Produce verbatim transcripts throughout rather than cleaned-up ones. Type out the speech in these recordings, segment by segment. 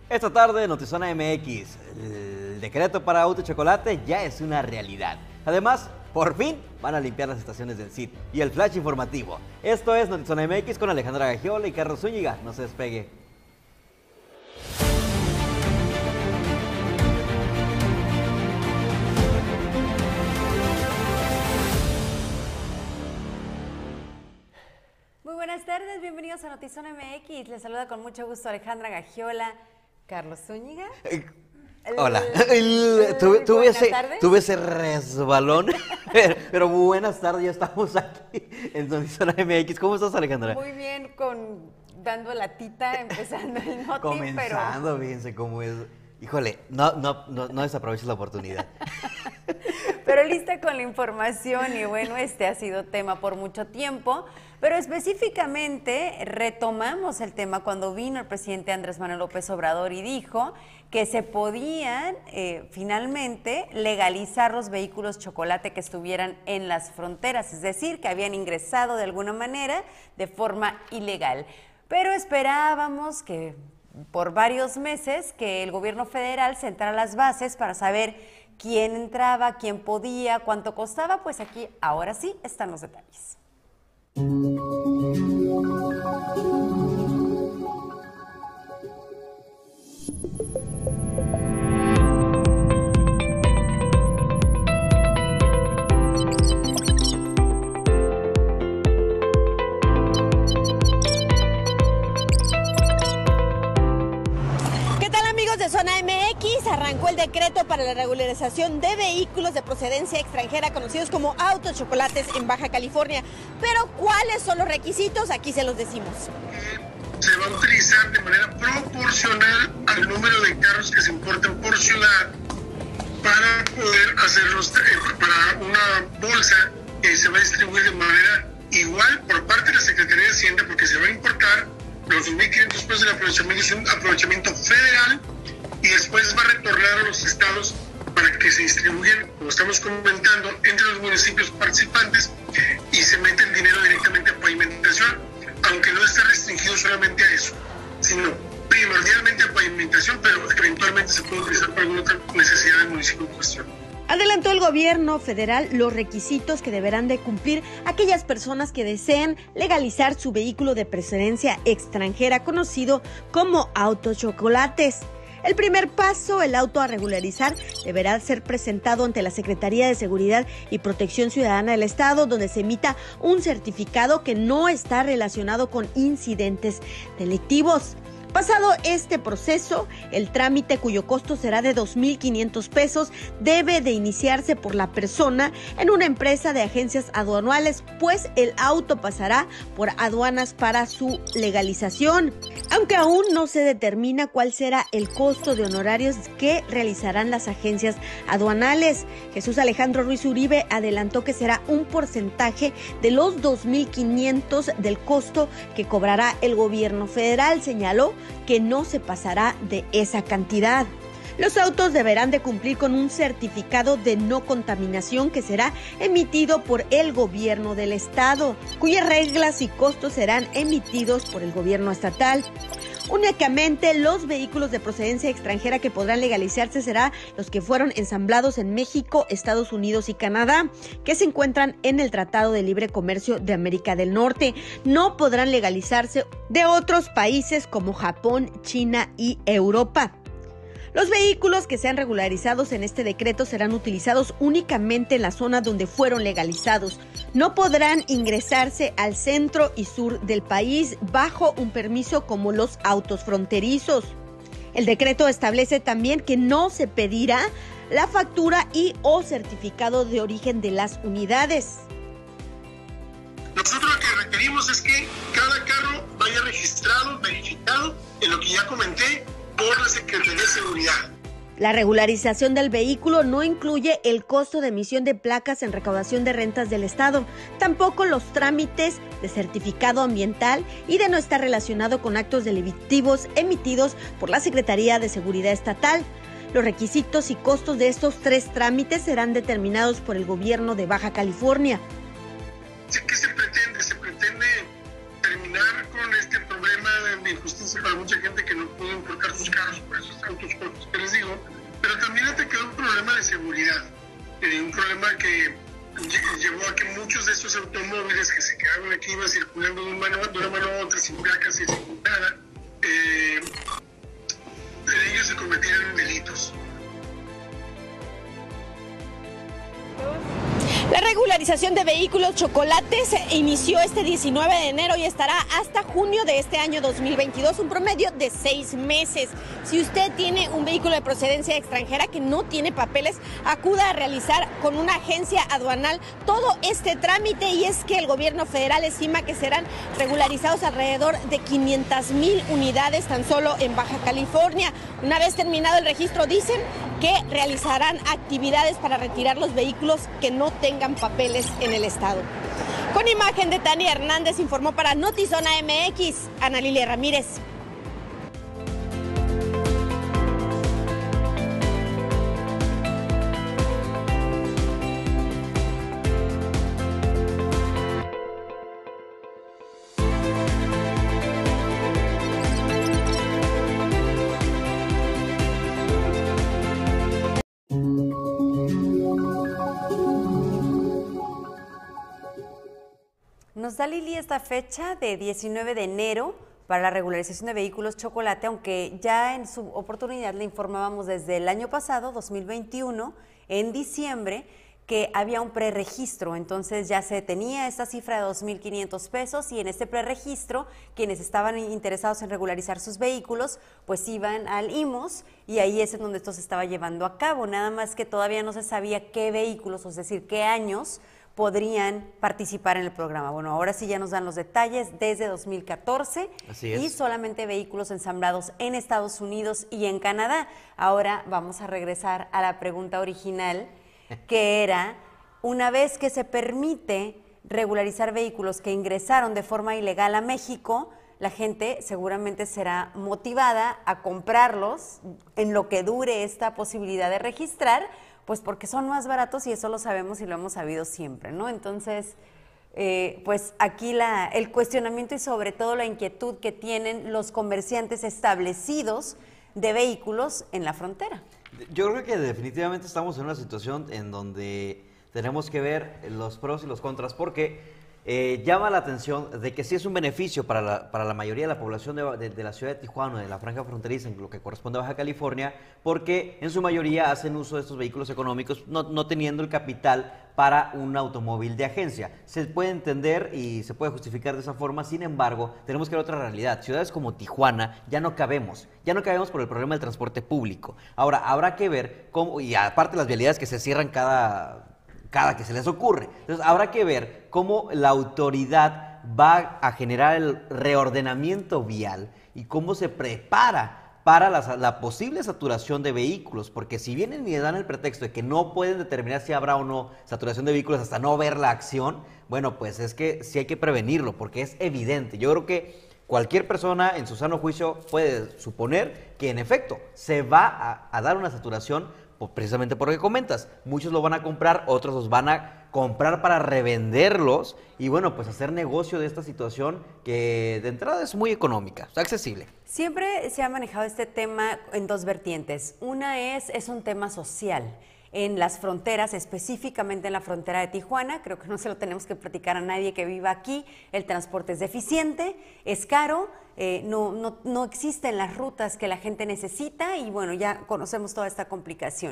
Esta tarde, Notizona M X, el decreto para auto chocolate ya es una realidad. Además, por fin van a limpiar las estaciones del C I D y el flash informativo. Esto es Notizona M X con Alejandra Gagiola y Carlos Zúñiga. No se despegue. Muy buenas tardes, bienvenidos a Notizona M X. Les saluda con mucho gusto Alejandra Gagiola. Carlos Zúñiga. Eh, hola. El, el, tuve, tuve, ese, tuve ese resbalón, pero, pero buenas tardes, ya estamos aquí en Notizona M X. ¿Cómo estás, Alejandra? Muy bien, con dando latita, empezando el noti, Comenzando, pero... fíjense cómo es. Híjole, no, no, no, no desaproveches la oportunidad. Pero lista con la información y bueno, este ha sido tema por mucho tiempo, pero específicamente retomamos el tema cuando vino el presidente Andrés Manuel López Obrador y dijo que se podían eh, finalmente legalizar los vehículos chocolate que estuvieran en las fronteras, es decir, que habían ingresado de alguna manera de forma ilegal. Pero esperábamos que por varios meses que el gobierno federal sentara las bases para saber quién entraba, quién podía, cuánto costaba, pues aquí ahora sí están los detalles. De Zona M X, arrancó el decreto para la regularización de vehículos de procedencia extranjera conocidos como autos chocolates en Baja California. Pero ¿cuáles son los requisitos? Aquí se los decimos. Se va a utilizar de manera proporcional al número de carros que se importan por ciudad para poder hacerlos para una bolsa que se va a distribuir de manera igual por parte de la Secretaría de Hacienda, porque se va a importar los dos mil quinientos pesos del aprovechamiento, es un aprovechamiento federal, y después va a retornar a los estados para que se distribuyan, como estamos comentando, entre los municipios participantes y se mete el dinero directamente a pavimentación, aunque no está restringido solamente a eso, sino primordialmente a pavimentación, pero eventualmente se puede utilizar para alguna otra necesidad del municipio en cuestión. Adelantó el gobierno federal los requisitos que deberán de cumplir aquellas personas que deseen legalizar su vehículo de procedencia extranjera conocido como autos chocolates. El primer paso, el auto a regularizar, deberá ser presentado ante la Secretaría de Seguridad y Protección Ciudadana del Estado, donde se emita un certificado que no está relacionado con incidentes delictivos. Pasado este proceso, el trámite, cuyo costo será de dos mil quinientos pesos, debe de iniciarse por la persona en una empresa de agencias aduanales, pues el auto pasará por aduanas para su legalización. Aunque aún no se determina cuál será el costo de honorarios que realizarán las agencias aduanales, Jesús Alejandro Ruiz Uribe adelantó que será un porcentaje de los dos mil quinientos del costo que cobrará el gobierno federal. Señaló que no se pasará de esa cantidad. Los autos deberán de cumplir con un certificado de no contaminación que será emitido por el gobierno del estado, cuyas reglas y costos serán emitidos por el gobierno estatal. Únicamente los vehículos de procedencia extranjera que podrán legalizarse serán los que fueron ensamblados en México, Estados Unidos y Canadá, que se encuentran en el Tratado de Libre Comercio de América del Norte. No podrán legalizarse de otros países como Japón, China y Europa. Los vehículos que sean regularizados en este decreto serán utilizados únicamente en la zona donde fueron legalizados. No podrán ingresarse al centro y sur del país bajo un permiso como los autos fronterizos. El decreto establece también que no se pedirá la factura y o certificado de origen de las unidades. Nosotros lo que requerimos es que cada carro vaya registrado, verificado, en lo que ya comenté, por la Secretaría de Seguridad. La regularización del vehículo no incluye el costo de emisión de placas en recaudación de rentas del Estado, tampoco los trámites de certificado ambiental y de no estar relacionado con actos delictivos emitidos por la Secretaría de Seguridad Estatal. Los requisitos y costos de estos tres trámites serán determinados por el gobierno de Baja California. ¿Qué se pretende? Se pretende terminar con este problema de injusticia para mucha gente que no puede importar sus carros, pues. eh, un problema que llevó a que muchos de estos automóviles que se quedaron aquí iban circulando de, un mano, de una mano a otra sin placas y sin nada, eh, ellos se convirtieron en delitos. La regularización de vehículos chocolates inició este diecinueve de enero y estará hasta junio de este año dos mil veintidós, un promedio de seis meses. Si usted tiene un vehículo de procedencia extranjera que no tiene papeles, acuda a realizar con una agencia aduanal todo este trámite, y es que el gobierno federal estima que serán regularizados alrededor de quinientas mil unidades tan solo en Baja California. Una vez terminado el registro, dicen que realizarán actividades para retirar los vehículos que no tengan papeles en el estado. Con imagen de Tania Hernández, informó para Notizona M X, Ana Lilia Ramírez. Nos da Lili esta fecha de diecinueve de enero para la regularización de vehículos chocolate, aunque ya en su oportunidad le informábamos desde el año pasado, dos mil veintiuno, en diciembre, que había un preregistro. Entonces ya se tenía esta cifra de dos mil quinientos pesos, y en este preregistro quienes estaban interesados en regularizar sus vehículos pues iban al I M O S, y ahí es en donde esto se estaba llevando a cabo, nada más que todavía no se sabía qué vehículos, es decir, qué años podrían participar en el programa. Bueno, ahora sí ya nos dan los detalles desde dos mil catorce. Así es. Y solamente vehículos ensamblados en Estados Unidos y en Canadá. Ahora vamos a regresar a la pregunta original, que era, una vez que se permite regularizar vehículos que ingresaron de forma ilegal a México, la gente seguramente será motivada a comprarlos en lo que dure esta posibilidad de registrar, pues porque son más baratos, y eso lo sabemos y lo hemos sabido siempre, ¿no? Entonces, eh, pues aquí la, el cuestionamiento y sobre todo la inquietud que tienen los comerciantes establecidos de vehículos en la frontera. Yo creo que definitivamente estamos en una situación en donde tenemos que ver los pros y los contras, porque eh, llama la atención de que sí es un beneficio para la, para la mayoría de la población de, de, de la ciudad de Tijuana, de la franja fronteriza, en lo que corresponde a Baja California, porque en su mayoría hacen uso de estos vehículos económicos, no, no teniendo el capital para un automóvil de agencia. Se puede entender y se puede justificar de esa forma. Sin embargo, tenemos que ver otra realidad. Ciudades como Tijuana ya no cabemos, ya no cabemos por el problema del transporte público. Ahora, habrá que ver cómo, y aparte las vialidades que se cierran cada... cada que se les ocurre. Entonces, habrá que ver cómo la autoridad va a generar el reordenamiento vial y cómo se prepara para la, la posible saturación de vehículos, porque si vienen y le dan el pretexto de que no pueden determinar si habrá o no saturación de vehículos hasta no ver la acción, bueno, pues es que sí hay que prevenirlo, porque es evidente. Yo creo que cualquier persona en su sano juicio puede suponer que en efecto se va a, a dar una saturación, precisamente por lo que comentas. Muchos lo van a comprar, otros los van a comprar para revenderlos y bueno, pues hacer negocio de esta situación que de entrada es muy económica, es accesible. Siempre se ha manejado este tema en dos vertientes. Una es, es un tema social. En las fronteras, específicamente en la frontera de Tijuana, creo que no se lo tenemos que platicar a nadie que viva aquí, el transporte es deficiente, es caro, eh, no, no, no existen las rutas que la gente necesita y bueno, ya conocemos toda esta complicación.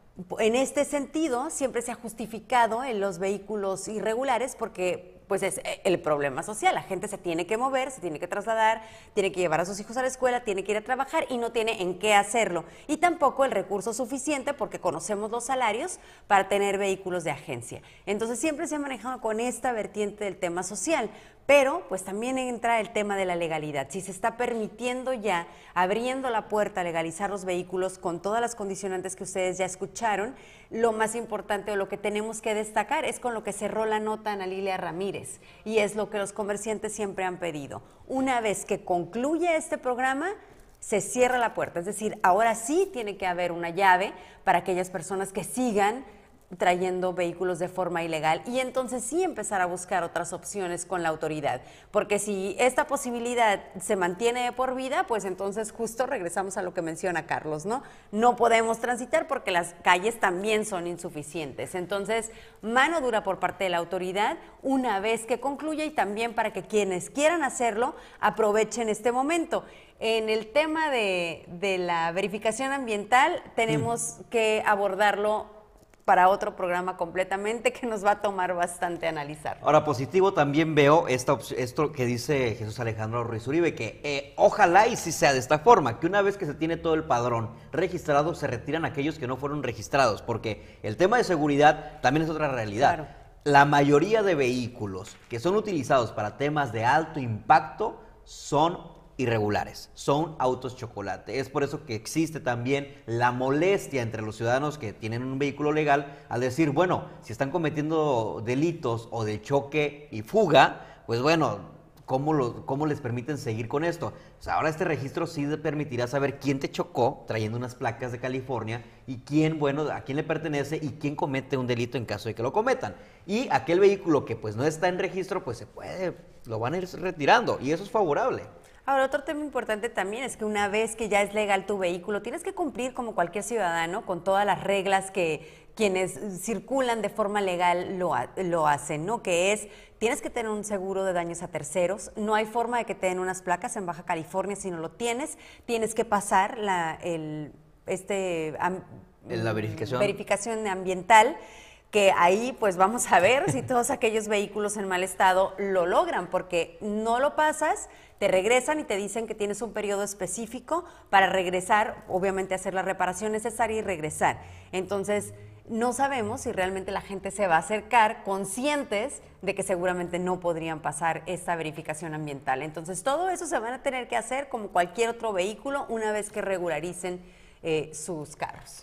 En este sentido, siempre se ha justificado en los vehículos irregulares porque pues es el problema social. La gente se tiene que mover, se tiene que trasladar, tiene que llevar a sus hijos a la escuela, tiene que ir a trabajar y no tiene en qué hacerlo. Y tampoco el recurso suficiente porque conocemos los salarios para tener vehículos de agencia. Entonces siempre se ha manejado con esta vertiente del tema social. Pero pues también entra el tema de la legalidad. Si se está permitiendo ya, abriendo la puerta a legalizar los vehículos con todas las condicionantes que ustedes ya escucharon, lo más importante o lo que tenemos que destacar es con lo que cerró la nota Ana Lilia Ramírez, y es lo que los comerciantes siempre han pedido. Una vez que concluye este programa, se cierra la puerta, es decir, ahora sí tiene que haber una llave para aquellas personas que sigan trayendo vehículos de forma ilegal y entonces sí empezar a buscar otras opciones con la autoridad, porque si esta posibilidad se mantiene de por vida, pues entonces justo regresamos a lo que menciona Carlos, ¿no? No podemos transitar porque las calles también son insuficientes, entonces mano dura por parte de la autoridad una vez que concluya y también para que quienes quieran hacerlo aprovechen este momento. En el tema de, de la verificación ambiental tenemos mm. que abordarlo para otro programa completamente que nos va a tomar bastante analizar. Ahora, positivo también veo esta, esto que dice Jesús Alejandro Ruiz Uribe, que eh, ojalá y si sea de esta forma, que una vez que se tiene todo el padrón registrado, se retiran aquellos que no fueron registrados, porque el tema de seguridad también es otra realidad. Claro. La mayoría de vehículos que son utilizados para temas de alto impacto son irregulares, son autos chocolate. Es por eso que existe también la molestia entre los ciudadanos que tienen un vehículo legal al decir, bueno, si están cometiendo delitos o de choque y fuga, pues bueno, ¿cómo, lo, cómo les permiten seguir con esto? O sea, ahora este registro sí permitirá saber quién te chocó trayendo unas placas de California y quién, bueno, a quién le pertenece y quién comete un delito en caso de que lo cometan. Y aquel vehículo que pues no está en registro, pues se puede, lo van a ir retirando y eso es favorable. Ahora, otro tema importante también es que una vez que ya es legal tu vehículo, tienes que cumplir como cualquier ciudadano con todas las reglas que quienes circulan de forma legal lo, lo hacen, ¿no? Que es, tienes que tener un seguro de daños a terceros, no hay forma de que te den unas placas en Baja California si no lo tienes, tienes que pasar la, el, este, am, la verificación. verificación ambiental, que ahí pues vamos a ver si todos aquellos vehículos en mal estado lo logran, porque no lo pasas, te regresan y te dicen que tienes un periodo específico para regresar, obviamente hacer la reparación necesaria y regresar. Entonces, no sabemos si realmente la gente se va a acercar conscientes de que seguramente no podrían pasar esta verificación ambiental. Entonces, todo eso se van a tener que hacer como cualquier otro vehículo una vez que regularicen eh, sus carros.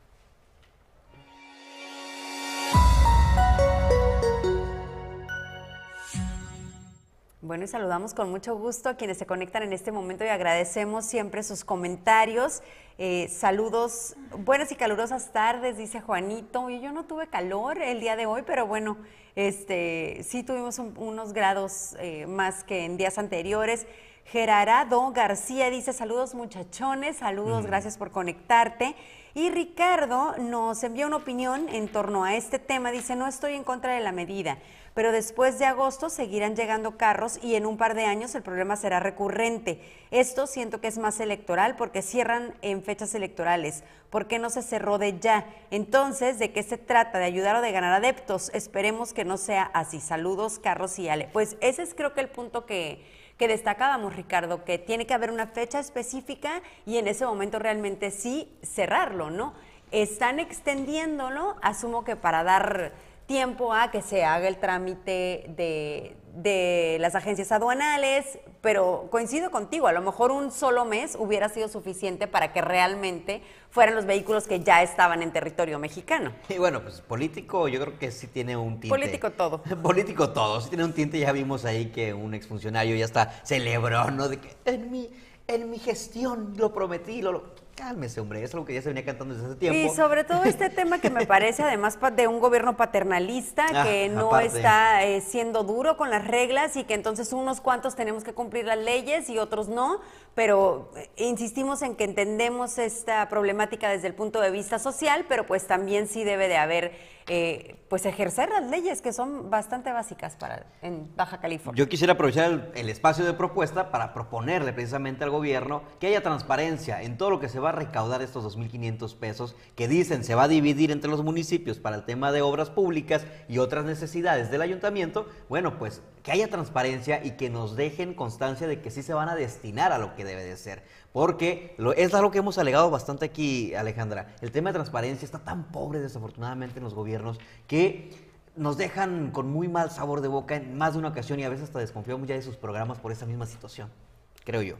Bueno, y saludamos con mucho gusto a quienes se conectan en este momento y agradecemos siempre sus comentarios. Eh, saludos, buenas y calurosas tardes, dice Juanito. Yo no tuve calor el día de hoy, pero bueno, este, sí tuvimos un, unos grados eh, más que en días anteriores. Gerardo García dice, saludos muchachones, saludos, mm. gracias por conectarte. Y Ricardo nos envía una opinión en torno a este tema, dice, no estoy en contra de la medida, pero después de agosto seguirán llegando carros y en un par de años el problema será recurrente. Esto siento que es más electoral porque cierran en fechas electorales. ¿Por qué no se cerró de ya? Entonces, ¿de qué se trata? ¿De ayudar o de ganar adeptos? Esperemos que no sea así. Saludos, Carlos y Ale. Pues ese es creo que el punto que, que destacábamos, Ricardo, que tiene que haber una fecha específica y en ese momento realmente sí cerrarlo, ¿no? Están extendiéndolo, asumo que para dar tiempo a que se haga el trámite de, de las agencias aduanales, pero coincido contigo, a lo mejor un solo mes hubiera sido suficiente para que realmente fueran los vehículos que ya estaban en territorio mexicano. Y bueno, pues político yo creo que sí tiene un tinte. Político todo. Político todo, sí tiene un tinte, ya vimos ahí que un exfuncionario ya está celebró, ¿no? De que en mi, en mi gestión lo prometí, lo... lo... Cálmese, hombre, es algo que ya se venía cantando desde hace tiempo. Y sobre todo este tema que me parece además de un gobierno paternalista ah, que no aparte. está eh, siendo duro con las reglas y que entonces unos cuantos tenemos que cumplir las leyes y otros no, pero eh, insistimos en que entendemos esta problemática desde el punto de vista social, pero pues también sí debe de haber, eh, pues ejercer las leyes que son bastante básicas para en Baja California. Yo quisiera aprovechar el, el espacio de propuesta para proponerle precisamente al gobierno que haya transparencia en todo lo que se va a recaudar estos dos mil quinientos pesos que dicen se va a dividir entre los municipios para el tema de obras públicas y otras necesidades del ayuntamiento. Bueno, pues que haya transparencia y que nos dejen constancia de que sí se van a destinar a lo que debe de ser, porque lo, es algo que hemos alegado bastante aquí, Alejandra. El tema de transparencia está tan pobre desafortunadamente en los gobiernos que nos dejan con muy mal sabor de boca en más de una ocasión y a veces hasta desconfiamos ya de sus programas por esa misma situación, creo yo.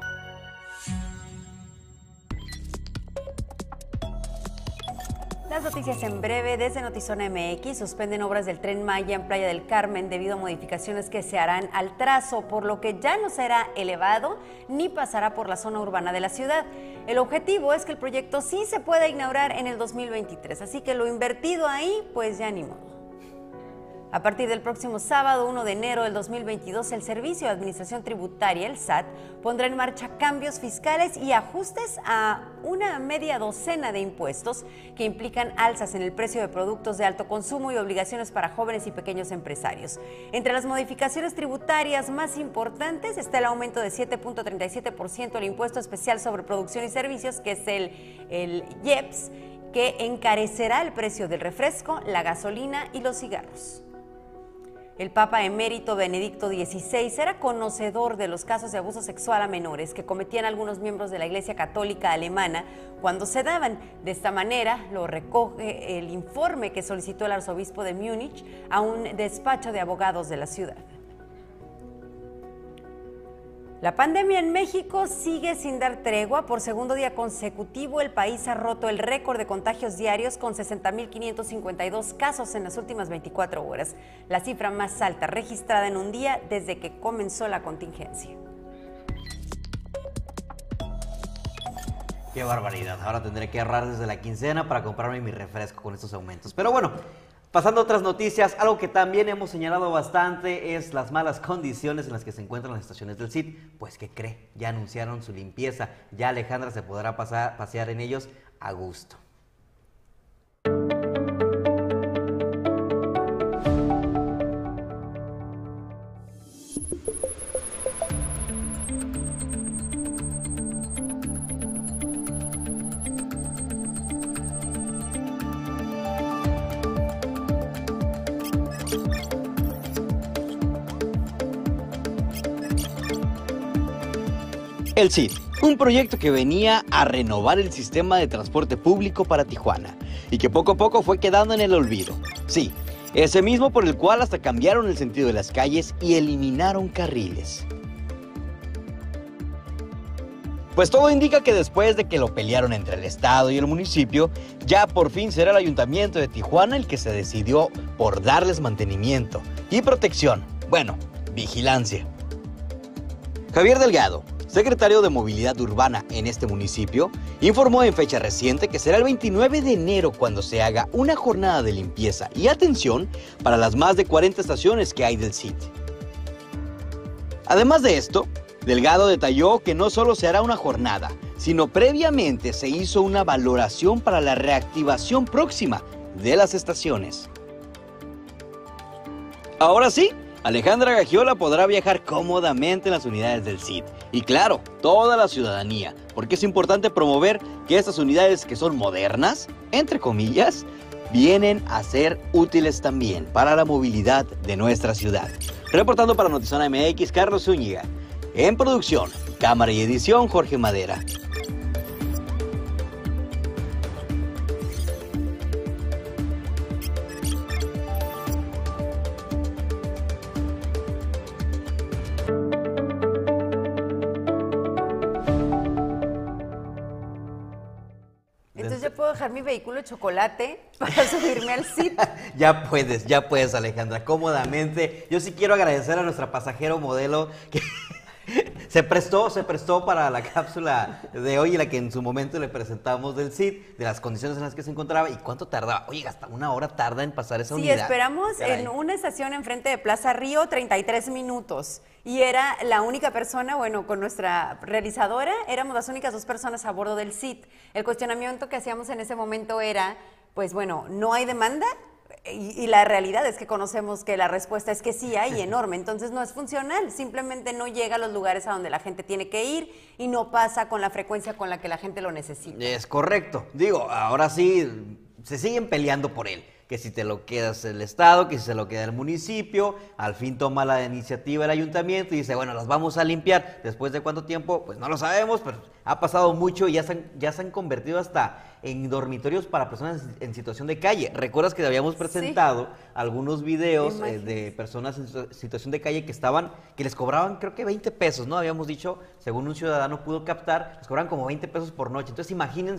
Las dos noticias en breve desde Notizona M X. Suspenden obras del Tren Maya en Playa del Carmen debido a modificaciones que se harán al trazo, por lo que ya no será elevado ni pasará por la zona urbana de la ciudad. El objetivo es que el proyecto sí se pueda inaugurar en el dos mil veintitrés, así que lo invertido ahí, pues ya ni modo. A partir del próximo sábado, uno de enero del dos mil veintidós, el Servicio de Administración Tributaria, el S A T, pondrá en marcha cambios fiscales y ajustes a una media docena de impuestos que implican alzas en el precio de productos de alto consumo y obligaciones para jóvenes y pequeños empresarios. Entre las modificaciones tributarias más importantes está el aumento de siete punto treinta y siete por ciento del impuesto especial sobre producción y servicios, que es el, el I E P S, que encarecerá el precio del refresco, la gasolina y los cigarros. El Papa emérito Benedicto dieciséis era conocedor de los casos de abuso sexual a menores que cometían algunos miembros de la Iglesia Católica Alemana cuando se daban. De esta manera lo recoge el informe que solicitó el arzobispo de Múnich a un despacho de abogados de la ciudad. La pandemia en México sigue sin dar tregua. Por segundo día consecutivo, el país ha roto el récord de contagios diarios con sesenta mil quinientos cincuenta y dos casos en las últimas veinticuatro horas, la cifra más alta registrada en un día desde que comenzó la contingencia. Qué barbaridad, ahora tendré que ahorrar desde la quincena para comprarme mi refresco con estos aumentos. Pero bueno, pasando a otras noticias, algo que también hemos señalado bastante es las malas condiciones en las que se encuentran las estaciones del C I T. Pues, ¿qué cree? Ya anunciaron su limpieza, ya Alejandra se podrá pasar, pasear en ellos a gusto. El C I T, un proyecto que venía a renovar el sistema de transporte público para Tijuana y que poco a poco fue quedando en el olvido. Sí, ese mismo por el cual hasta cambiaron el sentido de las calles y eliminaron carriles. Pues todo indica que después de que lo pelearon entre el Estado y el municipio, ya por fin será el Ayuntamiento de Tijuana el que se decidió por darles mantenimiento y protección. Bueno, vigilancia. Javier Delgado, secretario de Movilidad Urbana en este municipio, informó en fecha reciente que será el veintinueve de enero cuando se haga una jornada de limpieza y atención para las más de cuarenta estaciones que hay del C I T. Además de esto, Delgado detalló que no solo se hará una jornada, sino previamente se hizo una valoración para la reactivación próxima de las estaciones. Ahora sí, Alejandra Gagiola podrá viajar cómodamente en las unidades del C I T. Y claro, toda la ciudadanía, porque es importante promover que estas unidades que son modernas, entre comillas, vienen a ser útiles también para la movilidad de nuestra ciudad. Reportando para Notizona M X, Carlos Zúñiga. En producción, cámara y edición, Jorge Madera. Entonces yo puedo dejar mi vehículo chocolate para subirme al C I T. Ya puedes, ya puedes, Alejandra, cómodamente. Yo sí quiero agradecer a nuestra pasajero modelo que se prestó, se prestó para la cápsula de hoy, la que en su momento le presentamos del C I T, de las condiciones en las que se encontraba y cuánto tardaba. Oye, hasta una hora tarda en pasar esa sí, unidad. Sí, esperamos Caray. en una estación enfrente de Plaza Río treinta y tres minutos. Y era la única persona, bueno, con nuestra realizadora, éramos las únicas dos personas a bordo del C I T. El cuestionamiento que hacíamos en ese momento era, pues bueno, ¿no hay demanda? Y, y la realidad es que conocemos que la respuesta es que sí hay, enorme, entonces no es funcional, simplemente no llega a los lugares a donde la gente tiene que ir y no pasa con la frecuencia con la que la gente lo necesita. Es correcto, digo, ahora sí, se siguen peleando por él, que si te lo quedas el Estado, que si se lo queda el municipio, al fin toma la iniciativa el ayuntamiento y dice, bueno, las vamos a limpiar, ¿después de cuánto tiempo? Pues no lo sabemos, pero ha pasado mucho y ya se han, ya se han convertido hasta en dormitorios para personas en situación de calle. ¿Recuerdas que habíamos presentado sí. algunos videos eh, de personas en situación de calle que estaban, que les cobraban creo que veinte pesos, ¿no? Habíamos dicho, según un ciudadano pudo captar, les cobraban como veinte pesos por noche. Entonces imagínense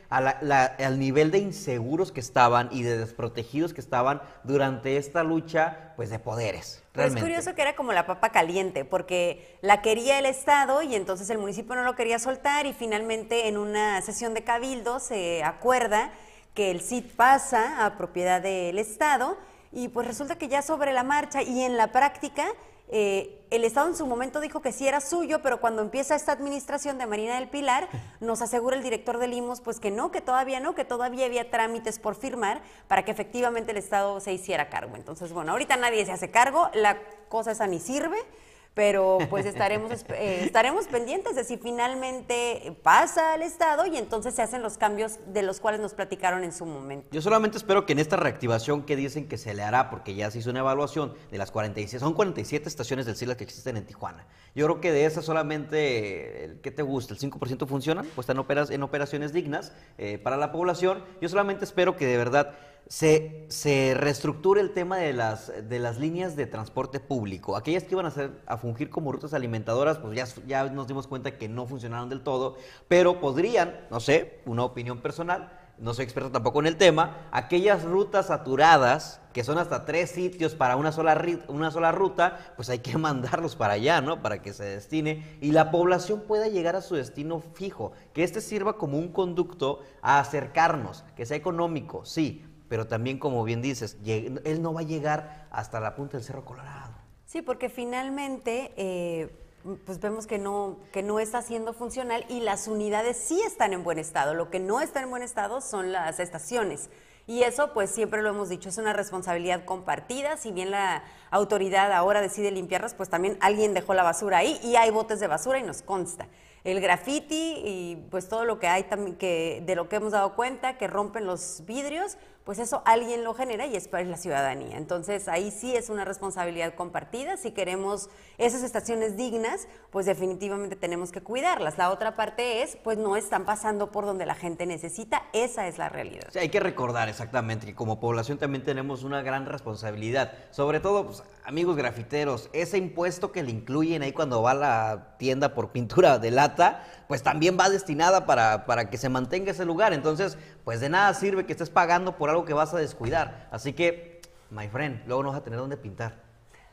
a la, la, al nivel de inseguros que estaban y de desprotegidos que estaban durante esta lucha, pues, de poderes. Pero es curioso que era como la papa caliente, porque la quería el Estado y entonces el municipio no lo quería soltar y finalmente en una sesión de cabildo se acuerda que el C I T pasa a propiedad del Estado y pues resulta que ya sobre la marcha y en la práctica eh, el Estado en su momento dijo que sí era suyo, pero cuando empieza esta administración de Marina del Pilar, nos asegura el director del I M S S pues que no, que todavía no, que todavía había trámites por firmar para que efectivamente el Estado se hiciera cargo. Entonces, bueno, ahorita nadie se hace cargo, la cosa esa ni sirve, pero pues estaremos, eh, estaremos pendientes de si finalmente pasa al Estado y entonces se hacen los cambios de los cuales nos platicaron en su momento. Yo solamente espero que en esta reactivación que dicen que se le hará, porque ya se hizo una evaluación de las cuarenta y seis, son cuarenta y siete estaciones del C I L A que existen en Tijuana. Yo creo que de esas solamente, ¿qué te gusta? ¿El cinco por ciento funcionan? Pues están operas, en operaciones dignas eh, para la población. Yo solamente espero que de verdad Se, se reestructure el tema de las, de las líneas de transporte público. Aquellas que iban a, ser, a fungir como rutas alimentadoras, pues ya, ya nos dimos cuenta que no funcionaron del todo, pero podrían, no sé, una opinión personal, no soy experto tampoco en el tema, aquellas rutas saturadas, que son hasta tres sitios para una sola, una sola ruta, pues hay que mandarlos para allá, ¿no? Para que se destine y la población pueda llegar a su destino fijo, que este sirva como un conducto a acercarnos, que sea económico, sí, pero también, como bien dices, él no va a llegar hasta la punta del Cerro Colorado. Sí, porque finalmente eh, pues vemos que no, que no está siendo funcional y las unidades sí están en buen estado. Lo que no está en buen estado son las estaciones. Y eso, pues siempre lo hemos dicho, es una responsabilidad compartida. Si bien la autoridad ahora decide limpiarlas, pues también alguien dejó la basura ahí y hay botes de basura y nos consta. El graffiti y pues todo lo que hay también, que de lo que hemos dado cuenta, que rompen los vidrios, pues eso alguien lo genera y es para la ciudadanía. Entonces ahí sí es una responsabilidad compartida. Si queremos esas estaciones dignas, pues definitivamente tenemos que cuidarlas. La otra parte es, pues no están pasando por donde la gente necesita, esa es la realidad. Sí, hay que recordar exactamente que como población también tenemos una gran responsabilidad, sobre todo, pues, amigos grafiteros, ese impuesto que le incluyen ahí cuando va a la tienda por pintura de lata, pues también va destinada para, para que se mantenga ese lugar. Entonces, pues de nada sirve que estés pagando por algo que vas a descuidar. Así que, my friend, luego no vas a tener dónde pintar.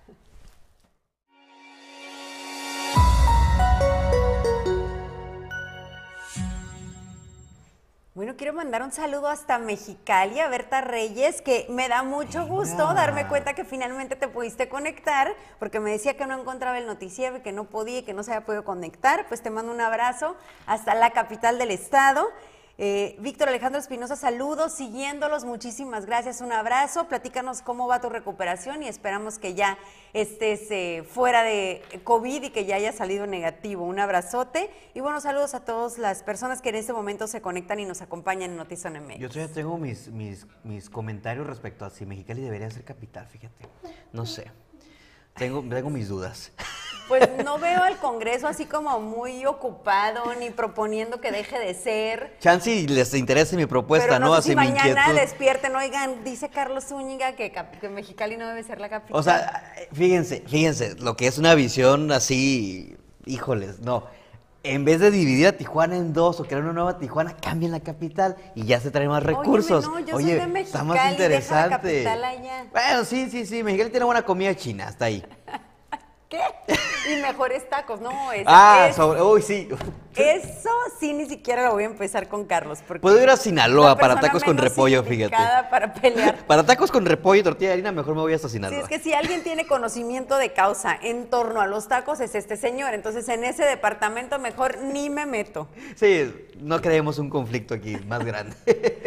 Bueno, quiero mandar un saludo hasta Mexicali a Berta Reyes, que me da mucho gusto Venga. darme cuenta que finalmente te pudiste conectar, porque me decía que no encontraba el noticiero y que no podía y que no se había podido conectar. Pues te mando un abrazo hasta la capital del estado. Eh, Víctor Alejandro Espinosa, saludos, siguiéndolos, muchísimas gracias, un abrazo, platícanos cómo va tu recuperación y esperamos que ya estés eh, fuera de COVID y que ya haya salido negativo, un abrazote y bueno, saludos a todas las personas que en este momento se conectan y nos acompañan en Notizona M X. Yo todavía tengo mis, mis, mis comentarios respecto a si Mexicali debería ser capital, fíjate, no sé, tengo, tengo mis dudas. Pues no veo al Congreso así como muy ocupado, ni proponiendo que deje de ser. Chance les interesa mi propuesta, Pero no, ¿no? sé Así si mi mañana inquietud. despierten, oigan, dice Carlos Zúñiga que, que Mexicali no debe ser la capital. O sea, fíjense, fíjense, lo que es una visión así, híjoles, no. En vez de dividir a Tijuana en dos o crear una nueva Tijuana, cambien la capital y ya se traen más recursos. Óyeme, no, yo Oye, soy de Mexicali, está más interesante. deja la capital allá. Bueno, sí, sí, sí, Mexicali tiene buena comida china, hasta ahí. ¿Qué? Y mejores tacos, no, es, Ah, es, sobre, uy, sí. eso sí ni siquiera lo voy a empezar con Carlos. Porque Puedo ir a Sinaloa la para persona tacos con menos repollo, fíjate. indicada para pelear. Para tacos con repollo y tortilla de harina, mejor me voy hasta Sinaloa. Sí, es que si alguien tiene conocimiento de causa en torno a los tacos es este señor, entonces en ese departamento mejor ni me meto. Sí, no creemos un conflicto aquí más grande.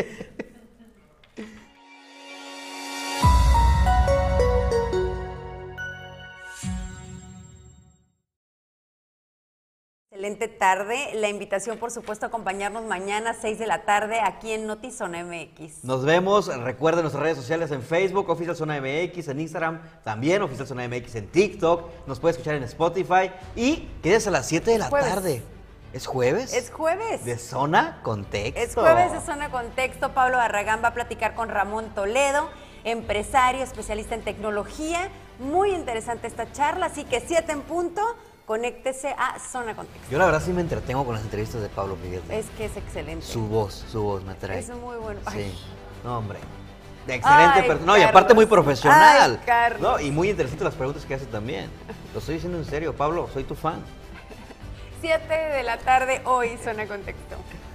Excelente tarde, la invitación por supuesto a acompañarnos mañana a seis de la tarde aquí en Notizona M X. Nos vemos, recuerden nuestras redes sociales en Facebook, Oficial Zona M X, en Instagram, también Oficial Zona M X en TikTok, nos puede escuchar en Spotify y quédese a las siete de la Jueves. tarde. ¿Es jueves? Es jueves. De Zona Contexto. Es jueves de Zona Contexto. Pablo Barragán va a platicar con Ramón Toledo, empresario, especialista en tecnología. Muy interesante esta charla, así que siete en punto, conéctese a Zona Contexto. Yo la verdad sí me entretengo con las entrevistas de Pablo Miguel. Es que es excelente. Su voz, su voz me atrae. Es muy bueno. Sí, Ay. no hombre. De excelente Ay, persona. No, y Carlos. aparte muy profesional. Ay, Carlos. No, y muy interesante las preguntas que hace también. Lo estoy diciendo en serio, Pablo, soy tu fan. siete de la tarde hoy, Zona Contexto.